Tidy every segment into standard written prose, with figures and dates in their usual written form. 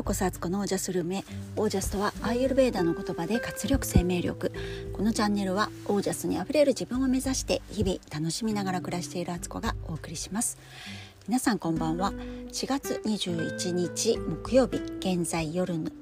こそアツコのオージャスルームへ。オージャスとはアーユルヴェーダの言葉で活力、生命力。このチャンネルはオージャスにあふれる自分を目指して日々楽しみながら暮らしているアツコがお送りします。皆さんこんばんは。4月21日木曜日、現在夜の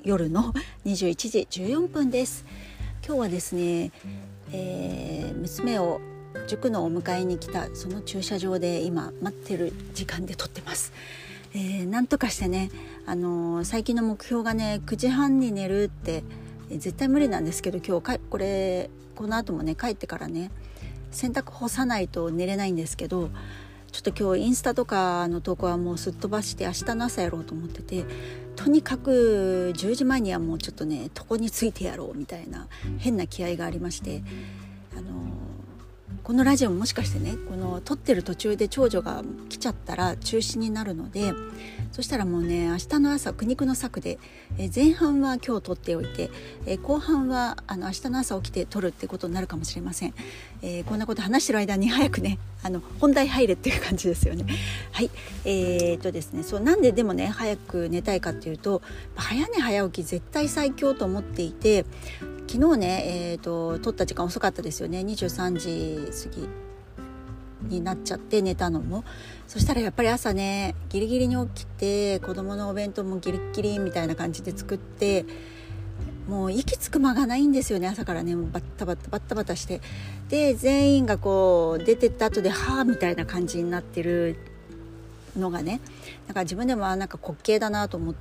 21時14分です。今日はですね、娘を塾のお迎えに来たその駐車場で今待ってる時間で撮ってます。なんとかしてね、最近の目標がね9時半に寝るって絶対無理なんですけど、今日この後もね帰ってからね洗濯干さないと寝れないんですけど、ちょっと今日インスタとかの投稿はもうすっ飛ばして明日の朝やろうと思ってて、とにかく10時前にはもうちょっとね床についてやろうみたいな変な気合がありまして、このラジオもしかしてねこの撮ってる途中で長女が来ちゃったら中止になるので、そしたらもうね明日の朝苦肉の策で、前半は今日撮っておいて、後半は明日の朝起きて撮るってことになるかもしれません。こんなこと話してる間に早くね本題入れっていう感じですよね。はい、ですね、そうなんででもね早く寝たいかっていうと、早寝早起き絶対最強と思っていて、昨日ね、撮った時間遅かったですよね。23時過ぎになっちゃって寝たのも。そしたらやっぱり朝ねギリギリに起きて、子供のお弁当もギリギリみたいな感じで作って、もう息つく間がないんですよね。朝からねバッタバタして、で全員がこう出てった後ではぁみたいな感じになってるのがね、だから自分でもなんか滑稽だなと思って、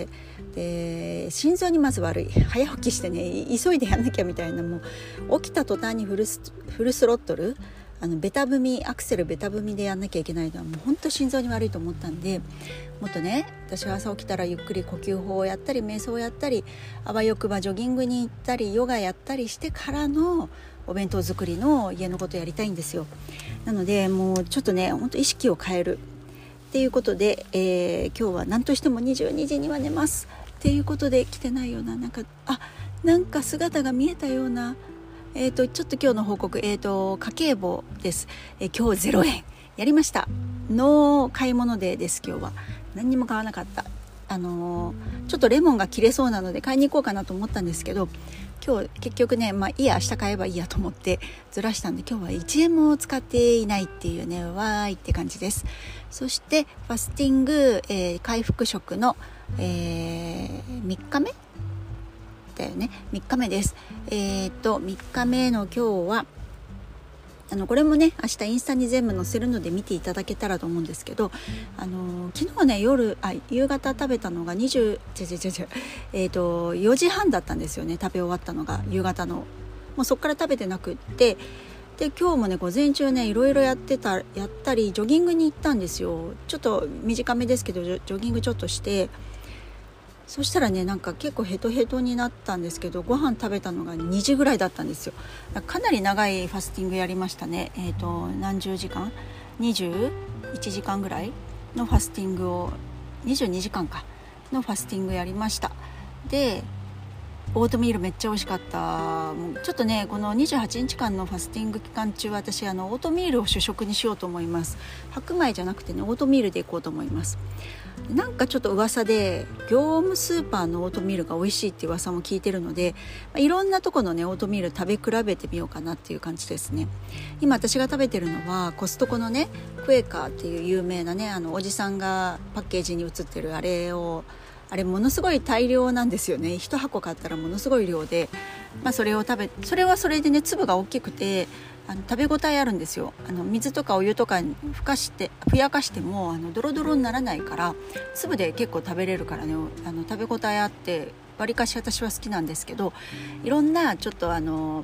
で心臓にまず悪い、早起きしてね急いでやんなきゃみたいな、もう起きた途端にフルスロットルベタ踏み、アクセルベタ踏みでやんなきゃいけないのはもう本当心臓に悪いと思ったんで、もっとね私は朝起きたらゆっくり呼吸法をやったり瞑想をやったり、あわよくばジョギングに行ったりヨガやったりしてからのお弁当作りの家のことやりたいんですよ。なのでもうちょっとね本当意識を変えるっていうことで、今日は何としても22時には寝ますっていうことで来てないような、なんか姿が見えたような、ちょっと今日の報告、家計簿です。今日0円やりましたの買い物デーです。今日は何にも買わなかった。ちょっとレモンが切れそうなので買いに行こうかなと思ったんですけど、今日結局ねいいや明日買えばいいやと思ってずらしたんで、今日は1円も使っていないっていうね、わーいって感じです。そしてファスティング、回復食の、3日目だよね。3日目です。3日目の今日はこれもね明日インスタに全部載せるので見ていただけたらと思うんですけど、昨日ね夕方食べたのが4時半だったんですよね。食べ終わったのが夕方の、もうそっから食べてなくって、で今日もね午前中ねいろいろやったりジョギングに行ったんですよ。ちょっと短めですけどジョギングちょっとして、そしたらねなんか結構ヘトヘトになったんですけど、ご飯食べたのが2時ぐらいだったんですよ。かなり長いファスティングやりましたね。何十時間21時間ぐらいのファスティングを、22時間かのファスティングやりました。でオートミールめっちゃ美味しかった。もうちょっとねこの28日間のファスティング期間中、私オートミールを主食にしようと思います。白米じゃなくてねオートミールでいこうと思います。なんかちょっと噂で業務スーパーのオートミールが美味しいって噂も聞いてるので、いろんなとこのねオートミール食べ比べてみようかなっていう感じですね。今私が食べてるのはコストコのねクエカーっていう有名なねおじさんがパッケージに写ってるあれものすごい大量なんですよね。1箱買ったらものすごい量で、それはそれでね粒が大きくて食べ応えあるんですよ。水とかお湯とかふやかしてもドロドロにならないから、粒で結構食べれるからね食べ応えあってわりかし私は好きなんですけど、いろんなちょっとごめん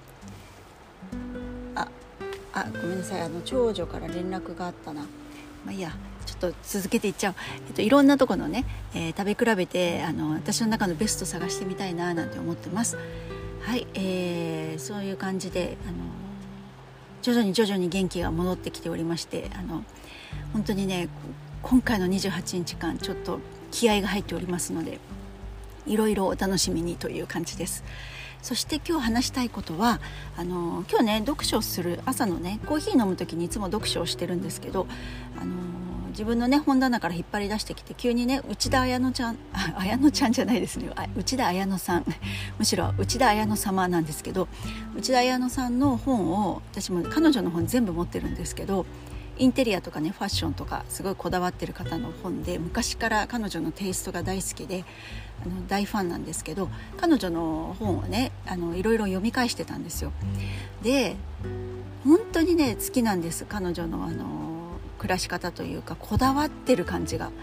なさい、長女から連絡があったな。いいやちょっと続けていっちゃう。いろんなとこのね、食べ比べて私の中のベスト探してみたいななんて思ってます。はい、そういう感じで徐々に元気が戻ってきておりまして、本当にね今回の28日間ちょっと気合が入っておりますので、いろいろお楽しみにという感じです。そして今日話したいことは今日ね読書をする朝のねコーヒー飲む時にいつも読書をしてるんですけど、 自分のね本棚から引っ張り出してきて、急にね内田彩乃ちゃん彩乃ちゃんじゃないですね、内田彩乃さんむしろ内田彩乃様なんですけど、内田彩乃さんの本を、私も彼女の本全部持ってるんですけど、インテリアとかねファッションとかすごいこだわってる方の本で、昔から彼女のテイストが大好きで大ファンなんですけど、彼女の本をねいろいろ読み返してたんですよ。で本当にね好きなんです、彼女の暮らし方というか、こだわってる感じが。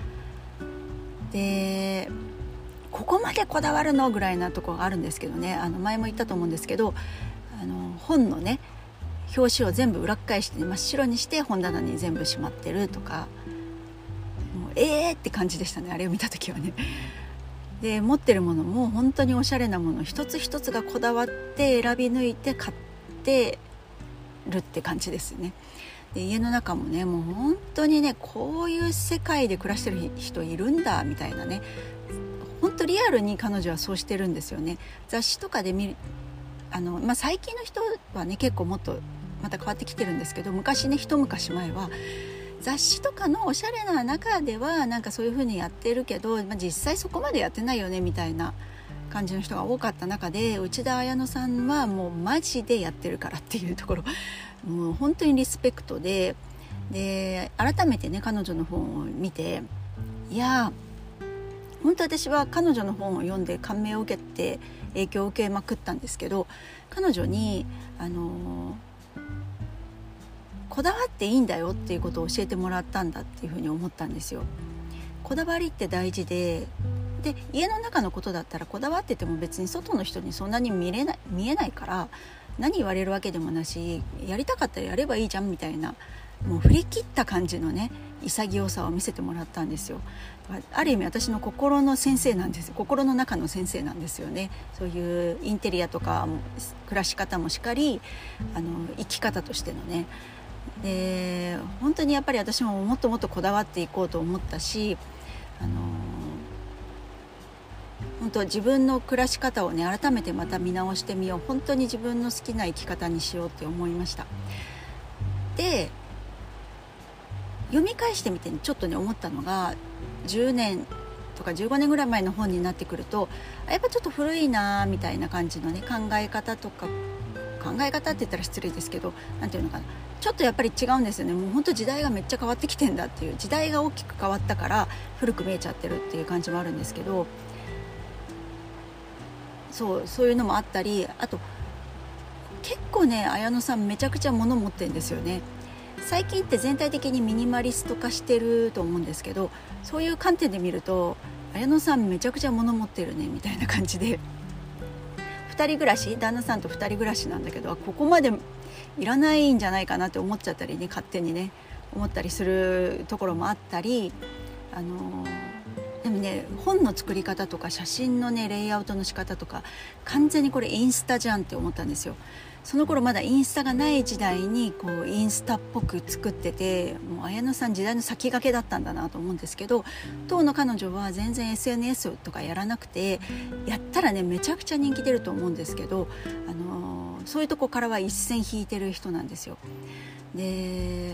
でここまでこだわるのぐらいなところがあるんですけどね、前も言ったと思うんですけど、本のね表紙を全部裏返して、真っ白にして本棚に全部しまってるとか、もうって感じでしたね、あれを見た時はね。で持ってるものも本当におしゃれなもの一つ一つがこだわって選び抜いて買ってるって感じですね。で家の中もねもう本当にね、こういう世界で暮らしてる人いるんだみたいなね、本当リアルに彼女はそうしてるんですよね。雑誌とかで見る最近の人はね結構もっとまた変わってきてるんですけど、昔ね一昔前は雑誌とかのおしゃれな中ではなんかそういう風にやってるけど、実際そこまでやってないよねみたいな感じの人が多かった中で、内田彩乃さんはもうマジでやってるからっていうところ、もう本当にリスペクトで改めてね彼女の本を見て、いや本当私は彼女の本を読んで感銘を受けて影響を受けまくったんですけど、彼女にこだわっていいんだよっていうことを教えてもらったんだっていうふうに思ったんですよ。こだわりって大事で家の中のことだったらこだわってても別に外の人にそんなに見えないから何言われるわけでもなし、やりたかったらやればいいじゃんみたいな、もう振り切った感じのね潔さを見せてもらったんですよ。ある意味私の心の先生なんです、心の中の先生なんですよね。そういうインテリアとか暮らし方もしかり生き方としてのね。で本当にやっぱり私ももっともっとこだわっていこうと思ったし、本当自分の暮らし方をね改めてまた見直してみよう、本当に自分の好きな生き方にしようって思いました。で読み返してみてちょっとね思ったのが、10年とか15年ぐらい前の本になってくるとやっぱちょっと古いなみたいな感じのね考え方とか、考え方って言ったら失礼ですけど、なんていうのかな、ちょっとやっぱり違うんですよね。もう本当時代がめっちゃ変わってきてんだっていう、時代が大きく変わったから古く見えちゃってるっていう感じもあるんですけど、そういうのもあったり、あと結構ね綾乃さんめちゃくちゃ物持ってるんですよね。最近って全体的にミニマリスト化してると思うんですけど、そういう観点で見ると綾乃さんめちゃくちゃ物持ってるねみたいな感じで、2人暮らし、旦那さんと2人暮らしなんだけど、ここまでいらないんじゃないかなって思っちゃったりね、勝手にね思ったりするところもあったり、でもね本の作り方とか写真のねレイアウトの仕方とか、完全にこれインスタじゃんって思ったんですよ。その頃まだインスタがない時代にこうインスタっぽく作ってて、もう綾乃さん時代の先駆けだったんだなと思うんですけど、当の彼女は全然 SNS とかやらなくて、やったらねめちゃくちゃ人気出ると思うんですけど、そういうとこからは一線引いてる人なんですよ。で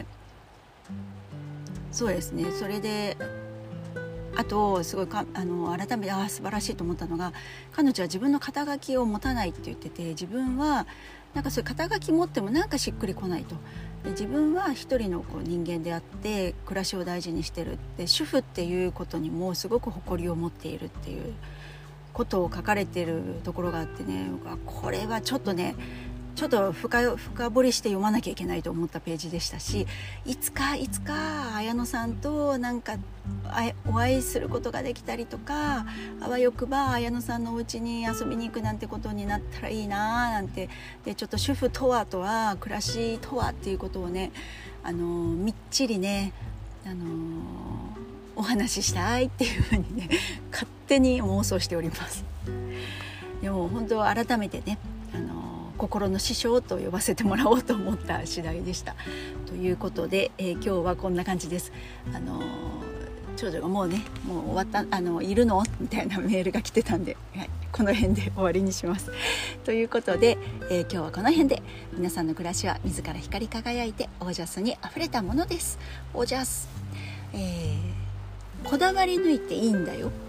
そうですね、それであとすごい改めて素晴らしいと思ったのが、彼女は自分の肩書きを持たないって言ってて、自分はなんかそういう肩書き持ってもなんかしっくりこないと。で自分は一人の人間であって暮らしを大事にしてるって、主婦っていうことにもすごく誇りを持っているっていうことを書かれているところがあってね、これはちょっとねちょっと深掘りして読まなきゃいけないと思ったページでしたし、いつか綾乃さんとなんかお会いすることができたりとか、あわよくば綾乃さんのお家に遊びに行くなんてことになったらいいななんて、でちょっと主婦とは暮らしとはっていうことをねみっちりねお話ししたいっていうふうにね勝手に妄想しております。でも本当改めてね心の師匠と呼ばせてもらおうと思った次第でした。ということで、今日はこんな感じです。長女がもう終わったいるのみたいなメールが来てたんで、はい、この辺で終わりにします。ということで、今日はこの辺で、皆さんの暮らしは自ら光り輝いてオージャスにあふれたものです。オージャス、 こだわり抜いていいんだよ。